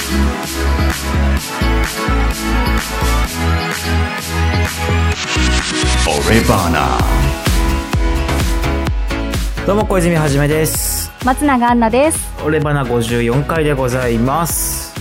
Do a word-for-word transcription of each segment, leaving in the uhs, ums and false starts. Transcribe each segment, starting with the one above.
俺バナどうも小泉はじめです。 松永杏奈です。 俺バナごじゅうよんかいでございます。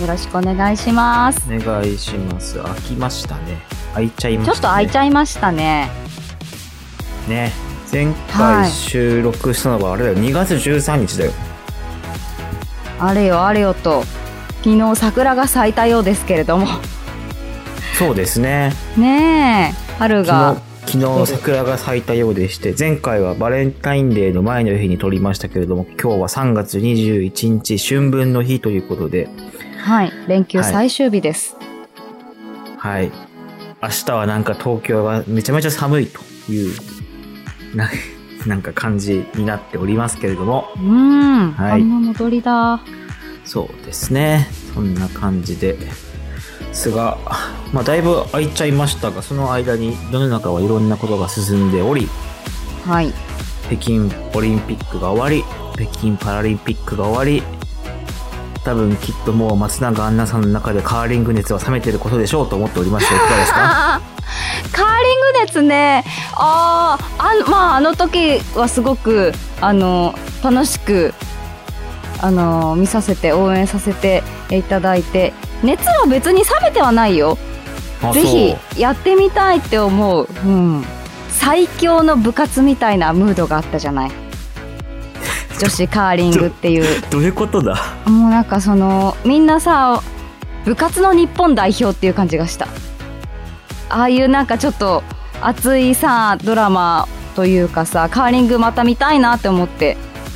よろしくお願いします。 お願いします。開きましたね。開いちゃいましたね。 ちょっと開いちゃいましたね。 ね、前回収録したのがあれだよ、はい、にがつじゅうさんにちだよ。 あれよあれよと昨日桜が咲いたようですけれども。 そうですね。 ねえ、春が昨日、昨日桜が咲いたようでして、前回はバレンタインデーの前の日に撮りましたけれども、今日はさんがつにじゅういちにち春分の日ということで、 はい、連休最終日です。 はい、はい、明日はなんか東京はめちゃめちゃ寒いというな, なんか感じになっておりますけれども、 うーん、はい、寒の戻りだ。 そうですね、そんな感じですが、まあ、だいぶ空いちゃいましたが、その間に世の中はいろんなことが進んでおり、 はい、 北京オリンピックが終わり、北京パラリンピックが終わり、多分きっともう松永杏奈さんの中でカーリング熱は冷めていることでしょうと思っておりますが、いかがですか？ カーリング熱ね、ああ、あの、まあ、あの時はすごくあの楽しくあの見させて応援させていただいて、熱は別に冷めてはないよ。ぜひやってみたいって思う、うん、最強の部活みたいなムードがあったじゃない。女子カーリングっていうど, どういうことだ。 もうなんかそのみんなさ、部活の日本代表っていう感じがした。ああいうなんかちょっと熱いさドラマというかさ、カーリングまた見たいなって思って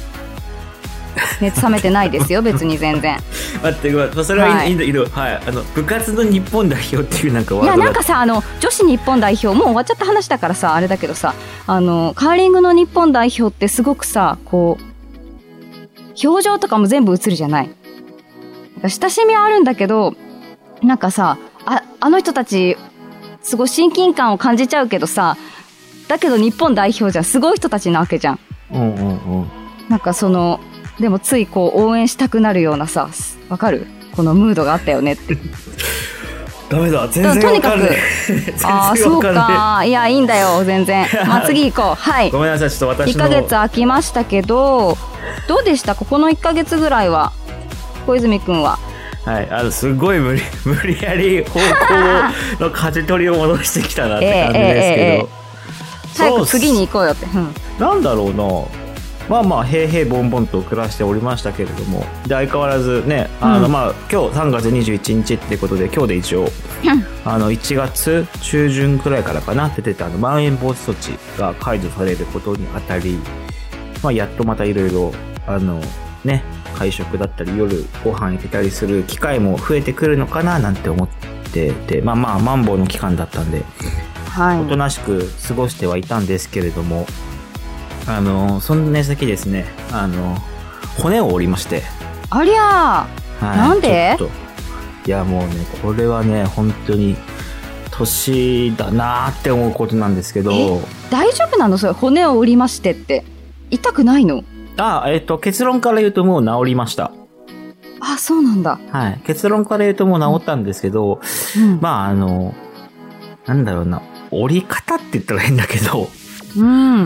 熱冷めてないですよ別に全然。 待ってごめん、それはいいんだけど、はい、あの部活の日本代表っていうなんかワードが、 いやなんかさ、あの女子日本代表もう終わっちゃった話だからさあれだけどさ、あのカーリングの日本代表ってすごくさ、こう表情とかも全部映るじゃない。親しみはあるんだけど、なんかさ、あ、あの人たちすごい親近感を感じちゃうけどさ、だけど日本代表じゃん、すごい人たちなわけじゃん。 うんうんうん。 なんかそのでもついこう応援したくなるようなさ、わかる？このムードがあったよねって。 ダメだ、全然わかんない。 ああ、そうか。いや、いいんだよ、全然。まあ、次行こう。はい。 ごめんなさい、ちょっと私の。 いっかげつ空きましたけど、どうでしたここのいっかげつぐらいは、小泉くんは。 はい、あのすごい無理無理やり方向の舵取りを戻してきたなって感じですけど、えーえーえー、早く次に行こうよって、うん、 なんだろうな、まあまあ平々凡々と暮らしておりましたけれども、で相変わらずね、あの、うん、まあ今日さんがつにじゅういちにちってことで、今日で一応、うん、あのいちがつちゅうじゅんくらいからかな出てたあのまん延防止措置が解除されることにあたり、まあ、やっとまたいろいろあのね、会食だったり夜ご飯行けたりする機会も増えてくるのかななんて思ってて、まあまあマンボウの期間だったんで、はい、おとなしく過ごしてはいたんですけれども、あのその矢先ですね、あの骨を折りまして。 ありゃー、はい、なんで？ ちょっといやもうね、これはね本当に年だなって思うことなんですけど。 大丈夫なのそれ？骨を折りましてって痛くないの？ あ、えっと、結論から言うともう治りました。 あ、そうなんだ。 はい。結論から言うともう治ったんですけど、うん、まあ、あの、なんだろうな、折り方って言ったら変だけど、 うん。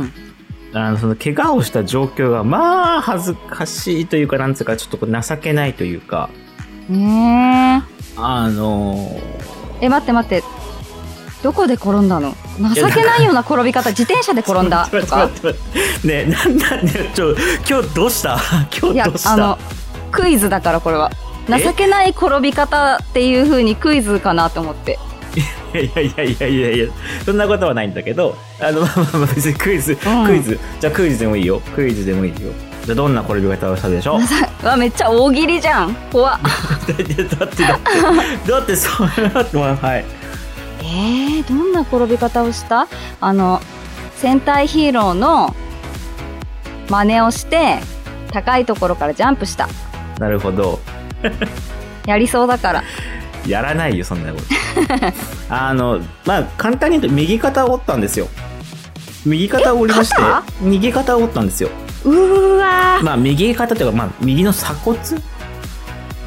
あの、その、怪我をした状況が、まあ、恥ずかしいというか、なんつうか、ちょっとこう情けないというか、 えー、 あの、 え、待って待って。どこで転んだの？情けないような転び方。自転車で転んだとか。 ねえ、なんだね、ちょ今日どうした？今日どうした？ いや、あのクイズだからこれは。情けない転び方っていう風にクイズかなと思って。 いやいやいやいやいやいや、そんなことはないんだけど、あのまあまあまあ別にクイズ、うん、クイズじゃあクイズでもいいよ。クイズでもいいよ。じゃあどんな転び方をしたでしょう？ わ、めっちゃ大喜利じゃん。怖っ。 だってだってだってだってそれははい。 えー、どんな転び方をした？あの戦隊ヒーローの真似をして高いところからジャンプした。 なるほど。 やりそうだから。 やらないよそんなこと。あのまあ簡単に言うと右肩を折ったんですよ。右肩を折りまして、右肩を折ったんですよ。 うーわー。 まあ右肩というか、まあ右の鎖骨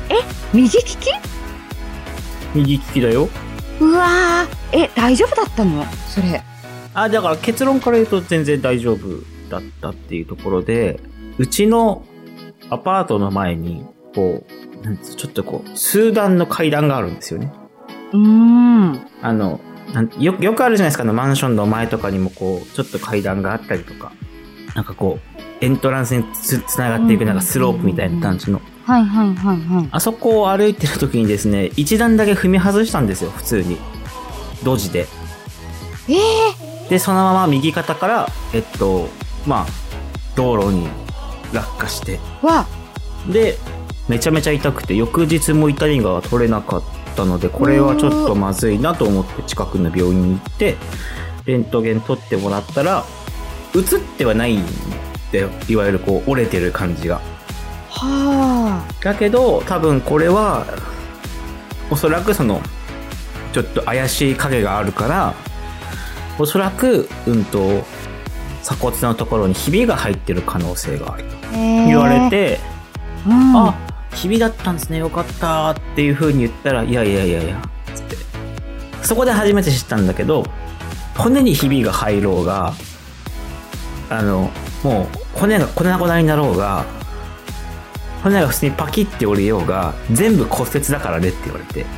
え、右利き？ 右利きだよ。 うわー、え、大丈夫だったのそれ？ あ、だから結論から言うと全然大丈夫だったっていうところで、うちのアパートの前に、こう、なんつちょっとこう、数段の階段があるんですよね。 うーん。 あの、なんよ、よくあるじゃないですか、あの、マンションの前とかにもこう、ちょっと階段があったりとか、なんかこう、エントランスにつ、つながっていくなんかスロープみたいな感じの。 はいはいはいはい。 あそこを歩いてる時にですね、一段だけ踏み外したんですよ、普通に。路地で。 ええー、で、そのまま右肩から、えっと、まあ、道路に落下して。 わで、めちゃめちゃ痛くて、翌日も痛みが取れなかったので、これはちょっとまずいなと思って近くの病院に行って、レントゲン取ってもらったら、映ってはないんで、いわゆるこう、折れてる感じが。 はあ。だけど、多分これは、おそらくその、ちょっと怪しい影があるから、おそらく、うんと、鎖骨のところにひびが入ってる可能性があると言われて、 うん、 あ、ひびだったんですね、よかったっていう風に言ったら、いやいやいやいや、つって。そこで初めて知ったんだけど、骨にひびが入ろうが、あの、もう骨が粉々になろうが、骨が普通にパキって折れようが、全部骨折だからねって言われて。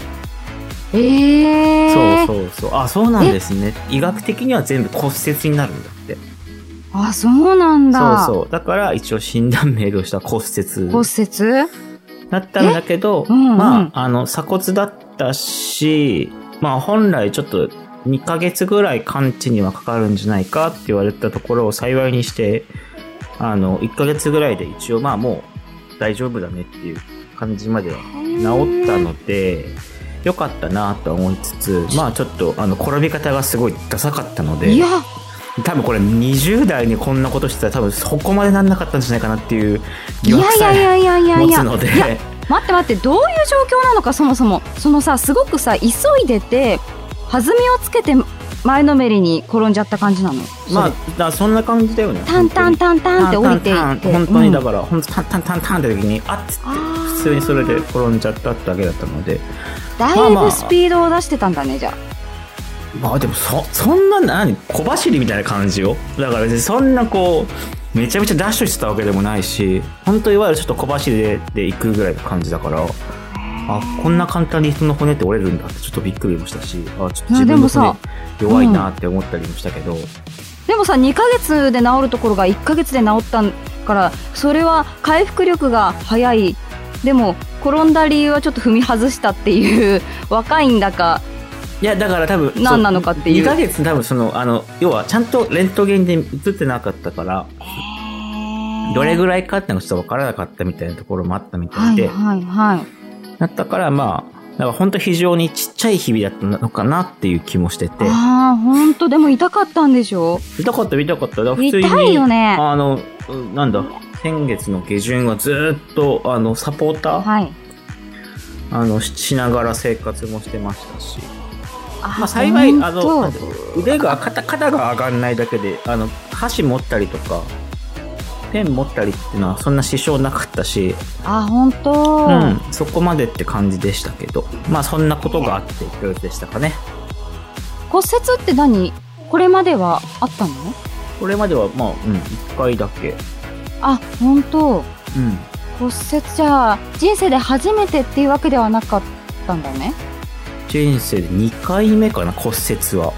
えー、 そうそうそう。あ、そうなんですね。医学的には全部骨折になるんだって。 あ、そうなんだ。 そうそう。だから一応診断名とした骨折。 骨折だったんだけど、うんうん、まあ、あの、鎖骨だったし、まあ本来ちょっとにかげつぐらい完治にはかかるんじゃないかって言われたところを幸いにして、あの、いっかげつぐらいで一応まあもう大丈夫だねっていう感じまでは治ったので、よかったなと思いつつ、まあちょっとあの転び方がすごいダサかったので、 いや多分これにじゅう代にこんなことしてたら多分そこまでなんなかったんじゃないかなっていう疑惑さえ持つので、 待って待って、どういう状況なのか。そもそもそのさ、すごくさ急いでて弾みをつけて前のめりに転んじゃった感じなの。 まあだそんな感じだよね。 タンタンタンタンって降りていって、 本当にだから、うん、本当タンタンタンタンって時にあっつって普通にそれで転んじゃっただけだったので、 だいぶスピードを出してたんだね、じゃあ。 まあでもそそんな何小走りみたいな感じよ。だからそんなこうめちゃめちゃダッシュしてたわけでもないし、本当いわゆるちょっと小走りでで行くぐらいの感じだから、あ、こんな簡単に人の骨って折れるんだってちょっとびっくりもしたし、あ、ちょっと自分の骨弱いなって思ったりもしたけど、でもさ、 うん、でもさにかげつで治るところがいっかげつで治ったから、それは回復力が早い。でも転んだ理由はちょっと踏み外したっていう若いんだか、 いやだから多分何なのかっていう、 にかげつ多分そのあの要はちゃんとレントゲンで映ってなかったから、どれぐらいかってのがちょっと分からなかったみたいなところもあったみたいで、 はいはいはい、 だったからまあだから本当非常にちっちゃいひびだったのかなっていう気もしてて、 ああ本当でも痛かったんでしょ。 痛かった痛かった。だから普通に痛いよね。 あのなんだ先月の下旬はずっとあのサポーター、はい、あの し, しながら生活もしてましたし、あ、まあ、幸いあの腕が 肩, 肩が上がんないだけで、あの箸持ったりとかペン持ったりっていうのはそんな支障なかったし、 あ本当、 うん、そこまでって感じでしたけど、まあそんなことがあっていかがでしたかね。 骨折って何？これまではあったの？ これまではまあ、うん、いっかいだけ。 あ本当、うん、骨折じゃあ人生で初めてっていうわけではなかったんだね。 人生でにかいめかな、骨折は。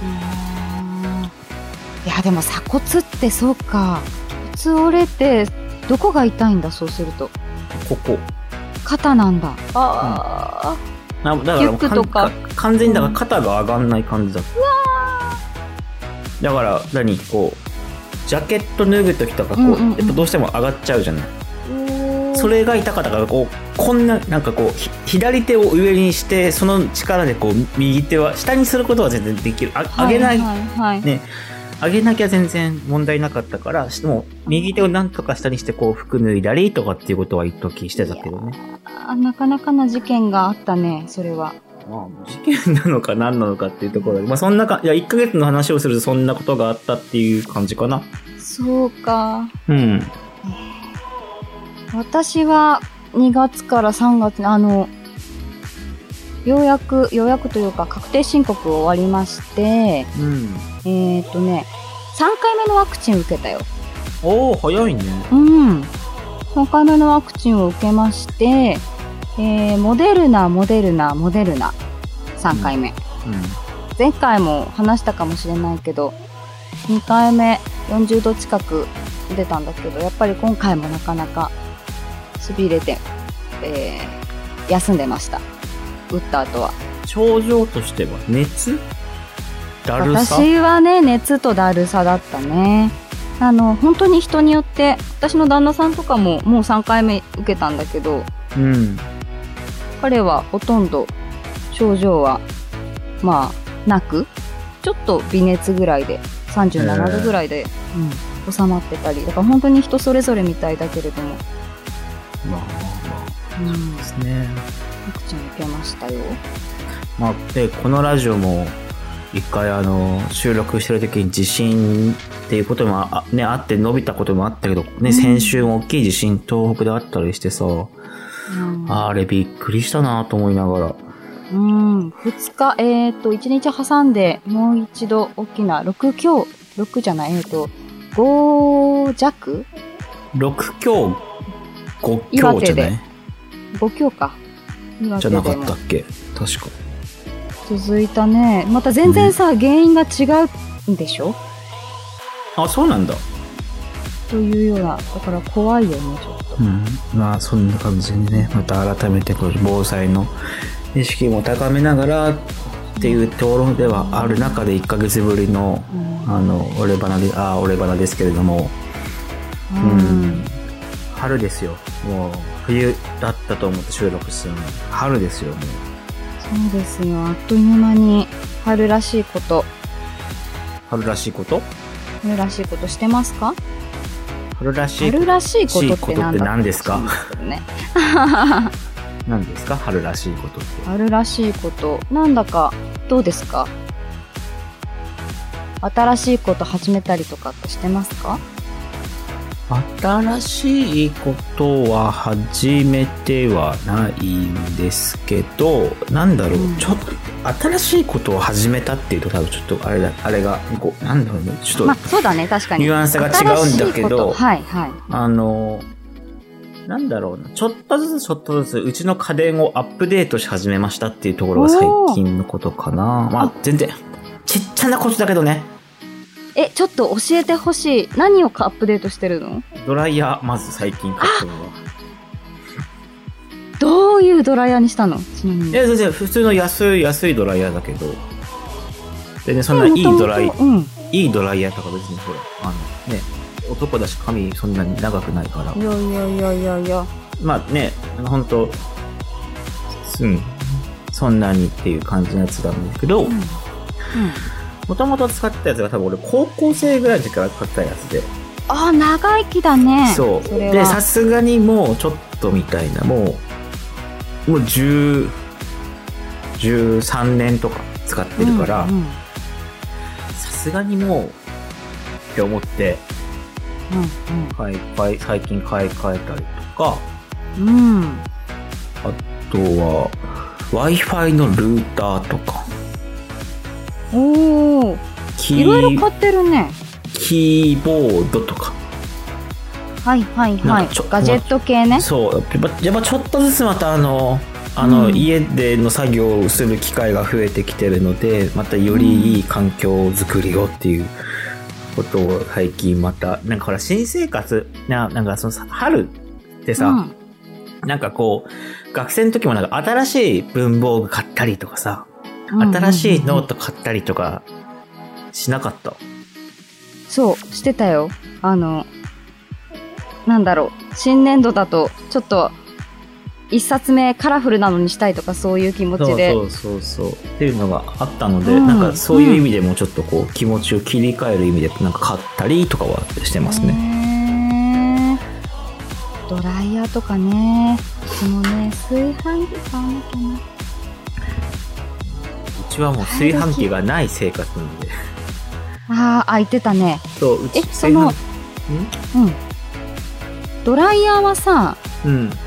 いやでも鎖骨ってそうか、骨折れてどこが痛いんだ、そうするとここ肩なんだ。ああ、うん、だからリュックとか完全にだから肩が上がんない感じだった、うん、だから何こうジャケット脱ぐ時とかこう、うんうんうん、やっぱどうしても上がっちゃうじゃない。それが痛かったから、こうこんななんかこう左手を上にしてその力でこう右手は下にすることは全然できる。あ、上げない、はいはいはい、ね、上げなきゃ全然問題なかったから、もう右手をなんとか下にしてこう服脱いだりとかっていうことは一時してたけどね。 あ、なかなかな事件があったね、それは。 まあ、事件なのか何なのかっていうところで、まあそんなか、いや、いっかげつの話をするとそんなことがあったっていう感じかな。 そうか。 うん。 私はにがつからさんがつに、あの、ようやく、ようやくというか確定申告終わりまして、 うん。 えーっとね、さんかいめのワクチン受けたよ。 おー、早いね。 うん。さんかいめのワクチンを受けまして、えー、モデルナ、モデルナ、モデルナ、さんかいめ。 うん。 前回も話したかもしれないけど、にかいめよんじゅうど近く出たんだけど、やっぱり今回もなかなか痺れて、えー、休んでました。打った後は。 症状としては熱？だるさ？ 私はね、熱とだるさだったね。あの、本当に人によって、私の旦那さんとかももうさんかいめ受けたんだけど、 うん。 彼はほとんど症状は、まあ、なく、ちょっと微熱ぐらいで、さんじゅうななどぐらいで、うん、収まってたり、だから本当に人それぞれみたいだけれども。 まあまあ、うん、そうですね。 ワクチン受けましたよ。 まあ、で、このラジオも、一回あの、収録してる時に地震っていうこともあ、ね、あって伸びたこともあったけど、ね、うん、先週も大きい地震東北であったりしてさ、うん、あれびっくりしたなと思いながら。 うん、ふつか、えっと、いちにち挟んで、もう一度大きなろくきょう、ろくじゃない、えっと、ごじゃく ? ろくきょう、ごきょうじゃない？ ごきょうか。 じゃなかったっけ？確か。 続いたね。また全然さ、うん、原因が違うんでしょ？ あ、そうなんだ。 というような、だから怖いよね、ちょっと。 うん。まあ、そんな感じでね、また改めてこう防災の意識も高めながらっていうところではある中でいっかげつぶりの、うん、あの、俺花で、あ、俺花ですけれども、うん、うん、春ですよ。もう、冬だったと思って収録するの。春ですよ、もう。 そうですよ。あっという間に春らしいこと。 春らしいこと？ 春らしいことしてますか？ 春らしい春らしいことって何ですか？ ね、 何ですか？春らしいことって。 春らしいこと。なんだか、どうですか？新しいこと始めたりとかってしてますか？ 新しいことは始めてはないんですけど、なんだろう、うん、ちょっと新しいことを始めたっていうと多分ちょっとあれだ、あれがこうなんだろうね、ちょっと、 まあ、そうだね、確かにニュアンスが違うんだけど、 はいはい、 あのなんだろうな、ちょっとずつちょっとずつうちの家電をアップデートし始めましたっていうところが最近のことかな。まあ全然ちっちゃなことだけどね。 え、ちょっと教えてほしい。何をアップデートしてるの？ ドライヤー、まず最近買ったのは。 どういうドライヤーにしたの？ちなみに。 いや、全然普通の安い、安いドライヤーだけど。でね、そんないいドライ、うん、いいドライヤーとか別にほら、あのね、男だし髪そんなに長くないから。 いやいやいやいやいや。 まあね、あのほんと、うん、そんなにっていう感じのやつなんだけど、うん。うん、もともと使ってたやつが多分俺高校生ぐらいの時から使ったやつで。 ああ、長生きだね。 そう。それはで、さすがにもうちょっとみたいな、もう、もうじゅう、じゅうさんねんとか使ってるから、さすがにもう、って思って、うんうん、買い替え、最近買い替えたりとか、 うん。 あとは、Wi-Fi のルーターとか、 おー、いろいろ買ってるね。 キーボードとか。 はいはいはい。ガジェット系ね。 そう。やっぱちょっとずつまたあの、あの、うん、家での作業をする機会が増えてきてるので、またよりいい環境づくりをっていうことを最近また、なんかほら新生活、な、なんかその春ってさ、うん、なんかこう、学生の時もなんか新しい文房具買ったりとかさ、新しいノート買ったりとかしなかった？ そう、してたよ。あの、なんだろう、新年度だとちょっと一冊目カラフルなのにしたいとかそういう気持ちで。 そうそうそうそう。っていうのがあったので、うん、なんかそういう意味でもちょっとこう気持ちを切り替える意味でなんか買ったりとかはしてますね。 へー、ドライヤーとかね。でもね、炊飯器買わなきゃな。 うちはもう炊飯器がない生活なので。 ああ、空いてたね。 そう、うちえ、その、んうん。ドライヤーはさ、 うん。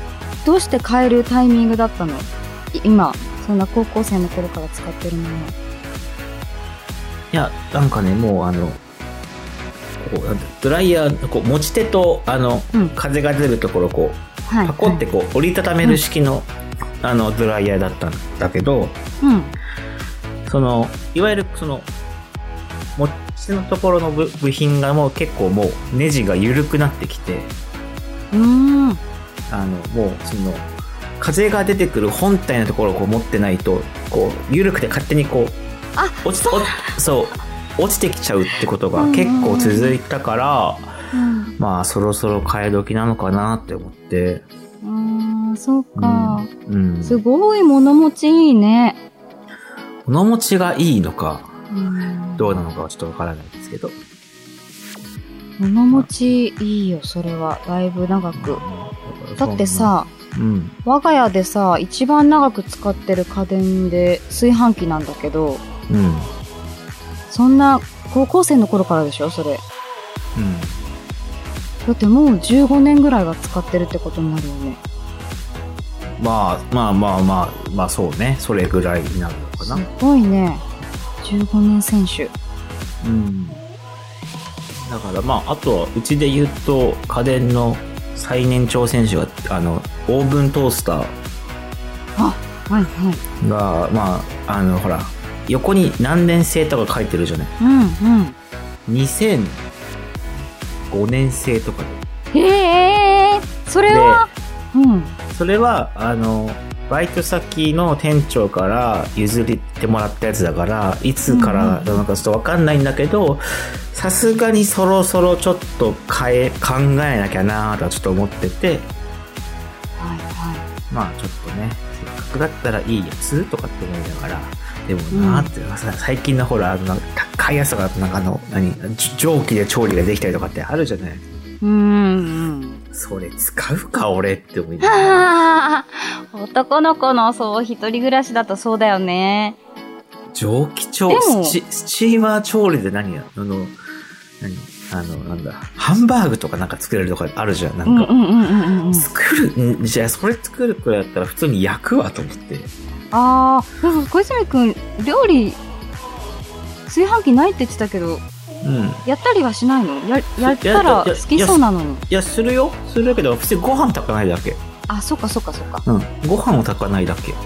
どうして変えるタイミングだったの？今そんな高校生の頃から使ってるもの。 いやなんかねもうあのこうドライヤーこう持ち手とあの、うん、風が出るところこう、はい、パコってこう折りたためる式の、うん、あのドライヤーだったんだけど、うん、そのいわゆるその持ち手のところの 部, 部品がもう結構もうネジが緩くなってきて、 うーんあのもうその風が出てくる本体のところをこう持ってないとこう緩くて勝手にこうあ落ちそうそう落ちてきちゃうってことが結構続いたから、うんうん、まあそろそろ替え時なのかなって思って。 あーそうか、 うんうん、 すごい物持ちいいね。 物持ちがいいのか、うん、どうなのかはちょっとわからないですけど、 物持ちいいよそれはだいぶ長く、うん、だってさ、うん、我が家でさ一番長く使ってる家電で炊飯器なんだけど、 うん、 そんな高校生の頃からでしょそれ、 うん、 だってもうじゅうごねんぐらいは使ってるってことになるよね。 まあまあまあまあまあそうねそれぐらいになるのかな。 すごいねじゅうごねん選手。 うんだからまああとはうちで言うと家電の最年長選手があのオーブントースターあはいはいがまああのほら横に何年生とか書いてるじゃない。 うんうんにせんごねん製とかで。へえそれはうんそれはあのバイト先の店長から譲ってもらったやつだからいつからなのかちょっと分かんないんだけどさすがにそろそろちょっと変え考えなきゃなーとはちょっと思ってて、 はいはいまあちょっとねせっかくだったらいいやつとかって思いながらでもなーって、うん、最近のほらあの高いやつがなんかあの何蒸気で調理ができたりとかってあるじゃない。 うんうんそれ使うか俺って思いながら男の子のそう一人暮らしだとそうだよね。 蒸気調理スチ、スチーマー調理で何やあの何あのなんだハンバーグとかなんか作れるとかあるじゃんなんか、 うんうんうんうんうん、 作るじゃあそれ作るくらいだったら普通に焼くわと思って。 ああでも小泉くん料理炊飯器ないって言ってたけどうん、やったりはしないの？ や, やったら好きそうなのに。 いやするよするけど普通にご飯炊かないだけ。 あそっかそっかそっか、 うん、ご飯を炊かないだけ。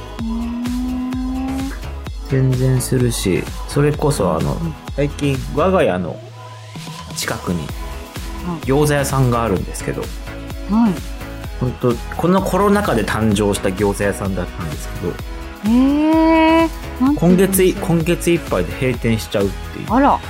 全然するしそれこそあの、うん、最近我が家の近くに餃子屋さんがあるんですけど、 はい、 本当このコロナ禍で誕生した餃子屋さんだったんですけど、 へー今月今月いっぱいで閉店しちゃうっていう。 あら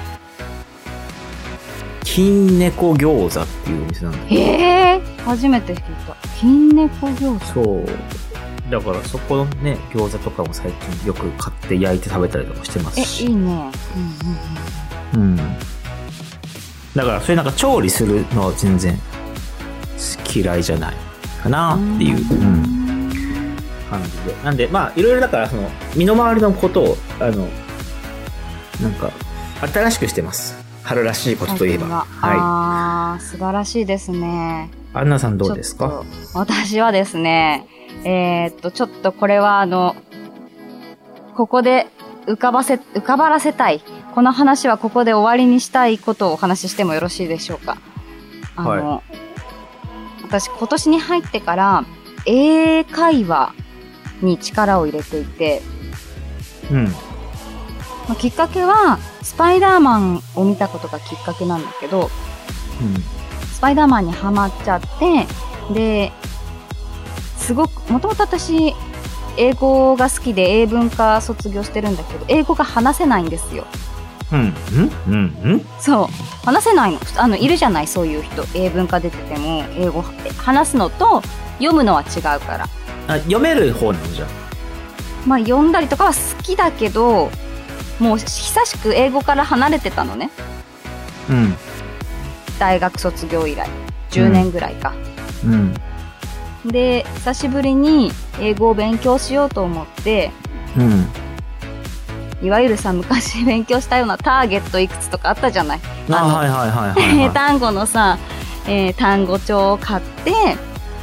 金猫餃子っていうお店なんだけど。 へー初めて聞いた金猫餃子。 そうだからそこのね餃子とかも最近よく買って焼いて食べたりとかしてますし。 えいいねうんうんうん、うん、だからそれなんか調理するのは全然嫌いじゃないかなっていう、うん、感じでなんでまあいろいろだからその身の回りのことをあのなんか新しくしてます。春らしいことといえば、はい、 あー素晴らしいですね。 アンナさんどうですか？ 私はですねえー、っとちょっとこれはあのここで浮かばせ浮かばらせたいこの話はここで終わりにしたいことをお話ししてもよろしいでしょうか？あの、はい、私今年に入ってから英会話に力を入れていて、 うんまあ、きっかけはスパイダーマンを見たことがきっかけなんだけど、 うん、 スパイダーマンにハマっちゃってですごくもともと私英語が好きで英文科卒業してるんだけど英語が話せないんですよ。 うんうんうんうんそう話せないの。あのいるじゃないそういう人英文科出てても英語話すのと読むのは違うから。 あ読める方なのじゃん。 まあ読んだりとかは好きだけどもう久しく英語から離れてたのね。 うん大学卒業以来じゅうねんぐらいか、 うんうん、で久しぶりに英語を勉強しようと思って、 うん、 いわゆるさ昔勉強したようなターゲットいくつとかあったじゃない。 あの、はいはいはいはい、はい、 単語のさ、えー、単語帳を買って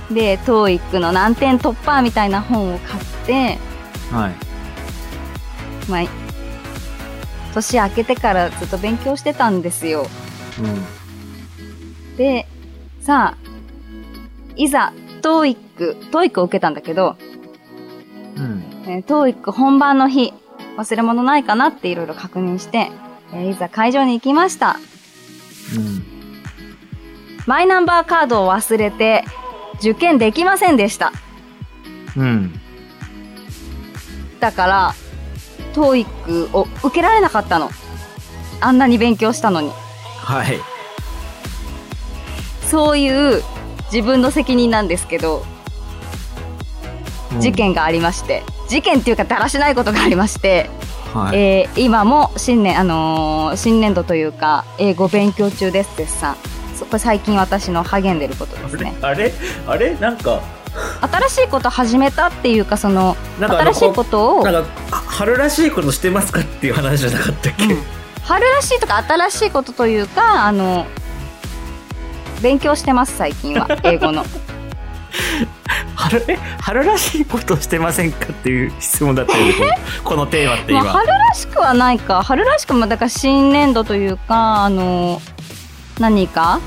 で トーイック の何点突破みたいな本を買って、 はい。 まあ、年明けてからずっと勉強してたんですよ。 うん。 で、さあ、いざ、トーイック、トーイックを受けたんだけど、 うん。 えー、トーイック本番の日、忘れ物ないかなっていろいろ確認して、えー、いざ会場に行きました。 うん。 マイナンバーカードを忘れて、受験できませんでした。 うん。 だから、トーイック を受けられなかったの。あんなに勉強したのに。 はい。 そういう自分の責任なんですけど、うん、事件がありまして、事件っていうかだらしないことがありまして、はい、えー、今も新年、あのー、新年度というか英語勉強中です絶賛。そこ最近私の励んでることですね。 あれあれなんか新しいこと始めたっていうか、その新しいことをなんか春らしいことしてますかっていう話じゃなかったっけ、うん、 春らしいとか新しいことというか、あの勉強してます最近は英語の春, え春らしいことしてませんかっていう質問だったよねこのテーマって今、 まあ、春らしくはないか。春らしくもだから新年度というか、あの何か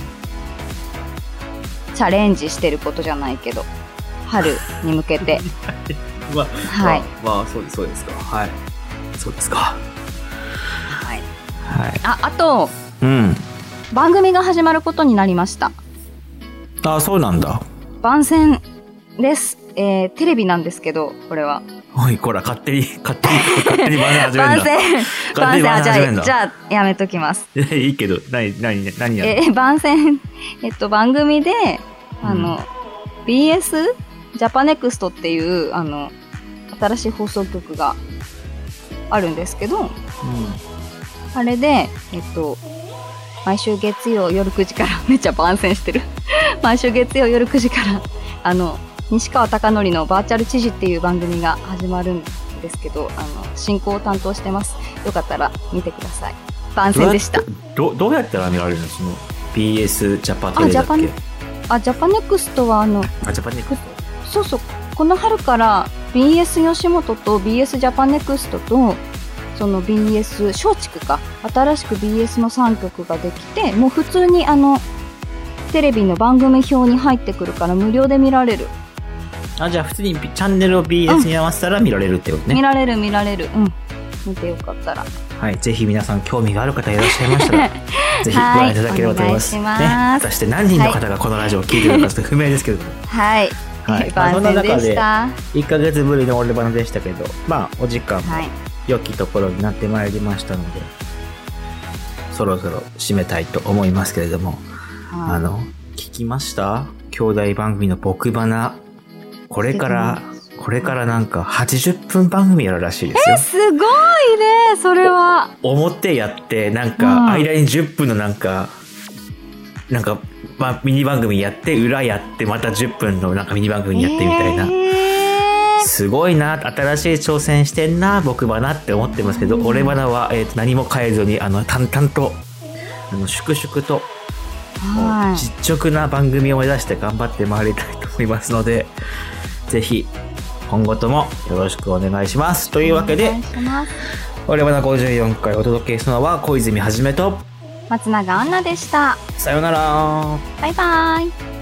チャレンジしてることじゃないけど、春に向けてまあ、 はい、 まあ、まあ、そうです、そうですか。はい。そうですか。 はい。 はい。 あ、あと、 うん。 番組が始まることになりました。 あ、そうなんだ。 番宣です。えー、テレビなんですけど、これは。 おい、こら、勝手に、勝手に、勝手に番宣始めるんだ。 番宣、番宣、あ、じゃあ、じゃあ、やめときます。 いいけど、何、何、何やるの？ えー、番宣、えっと、番組で、あの、うん、ビーエス ジャパネクストっていう、あの、新しい放送局があるんですけど、うん、あれで、えっと、毎週月曜夜くじから、めっちゃ番宣してる。毎週月曜夜くじから、あの、西川貴教のバーチャル知事っていう番組が始まるんですけど、あの、進行を担当してます。よかったら見てください。番宣でした。 ど、どうやったら見られるの？その ビーエス ジャパテレだっけ？ あ、ジャパネクストはあの、 あ、ジャパネクスト？そうそう。この春から ビーエス 吉本と ビーエス ジャパネクストと、その ビーエス 松竹か、新しく ビーエス のさんきょくができて、もう普通にあのテレビの番組表に入ってくるから無料で見られる。 あ、じゃあ普通にチャンネルを ビーエス に合わせたら見られるってことね。 見られる見られる。うん。見てよかったら。 はい、ぜひ皆さん興味がある方いらっしゃいましたらぜひご覧いただければと思います。 はい、お願いします。 ね、果たして何人の方がこのラジオを聞いてるのかちょっと不明ですけれども。 はい。 はい。 番宣でした。 いっかげつぶりのオレバナでしたけど、まあお時間もはい良きところになってまいりましたので、そろそろ締めたいと思いますけれども、あの聞きました？兄弟番組の僕花、これからこれからなんかはちじゅっぷん番組やるらしいですよ。 え、すごいね、それは。 表やってなんか間にじゅっぷんのなんか、うん、なんか、まあ、ミニ番組やって裏やってまたじゅっぷんのなんかミニ番組やってみたいな。えー、すごいな、新しい挑戦してんな僕花って思ってますけど、うん、俺花は、えー、と何も変えずにあの淡々とあの粛々と実直な番組を目指して頑張ってまいりたいと思いますので、ぜひ今後ともよろしくお願いします。というわけで俺花ごじゅうよんかいお届けしたのは小泉はじめと松永杏奈でした。 さようなら。 バイバイ。